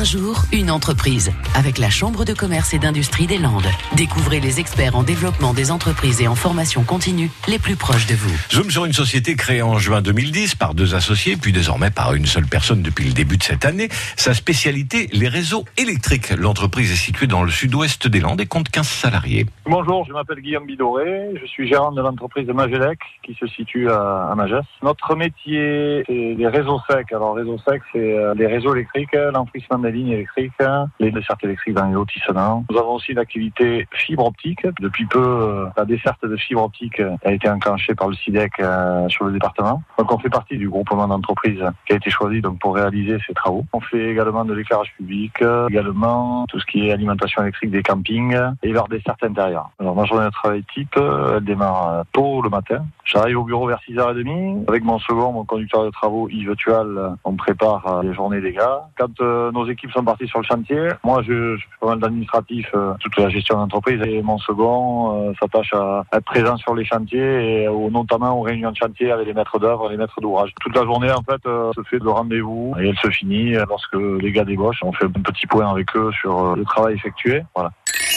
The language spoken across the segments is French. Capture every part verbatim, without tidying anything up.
jour, une entreprise. Avec la Chambre de commerce et d'industrie des Landes. Découvrez les experts en développement des entreprises et en formation continue les plus proches de vous. Zoom sur une société créée en juin deux mille dix par deux associés, puis désormais par une seule personne depuis le début de cette année. Sa spécialité, les réseaux électriques. L'entreprise est située dans le sud-ouest des Landes et compte quinze salariés. Bonjour, je m'appelle Guillaume Bidoré, je suis gérant de l'entreprise Magelec qui se situe à, à Magès. Notre métier, c'est les réseaux secs. Alors, réseaux secs, c'est les réseaux électriques, l'enfouissement des lignes électriques, les dessertes électriques dans les lotissements. Nous avons aussi une activité fibre optique. Depuis peu, la desserte de fibre optique a été enclenchée par le SIDEC euh, sur le département. Donc, on fait partie du groupement d'entreprises qui a été choisi donc pour réaliser ces travaux. On fait également de l'éclairage public, également tout ce qui est alimentation électrique des campings et leur desserte intérieure. Alors, ma journée de travail type, elle démarre tôt le matin. J'arrive au bureau vers six heures trente. Avec mon second, mon conducteur de travaux, Yves Tual, on prépare les journées des gars. Quand euh, nos équipes sont parties sur le chantier, moi, je, je fais pas mal d'administratif, euh, toute la gestion d'entreprise. Et mon second euh, s'attache à être présent sur les chantiers et euh, notamment aux réunions de chantier avec les maîtres d'œuvre, les maîtres d'ouvrage. Toute la journée, en fait, euh, se fait de rendez-vous et elle se finit lorsque les gars débauchent. On fait un petit point avec eux sur euh, le travail effectué. Voilà.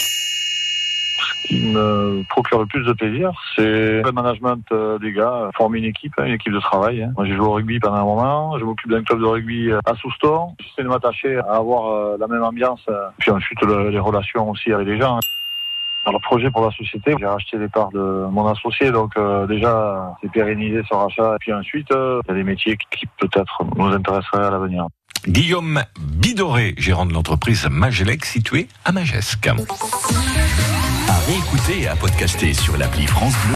Ce qui me procure le plus de plaisir, c'est le management des gars, former une équipe, une équipe de travail. Moi, j'ai joué au rugby pendant un moment, je m'occupe d'un club de rugby à Souston. J'essaie de m'attacher à avoir la même ambiance, puis ensuite les relations aussi avec les gens. Alors, le projet pour la société, j'ai racheté les parts de mon associé, donc euh, déjà, c'est pérennisé ce rachat. Et puis ensuite, euh, il y a des métiers qui peut-être nous intéresseraient à l'avenir. Guillaume Bidoré, gérant de l'entreprise Magelec, située à Magesque. À réécouter et à podcaster sur l'appli France Bleu.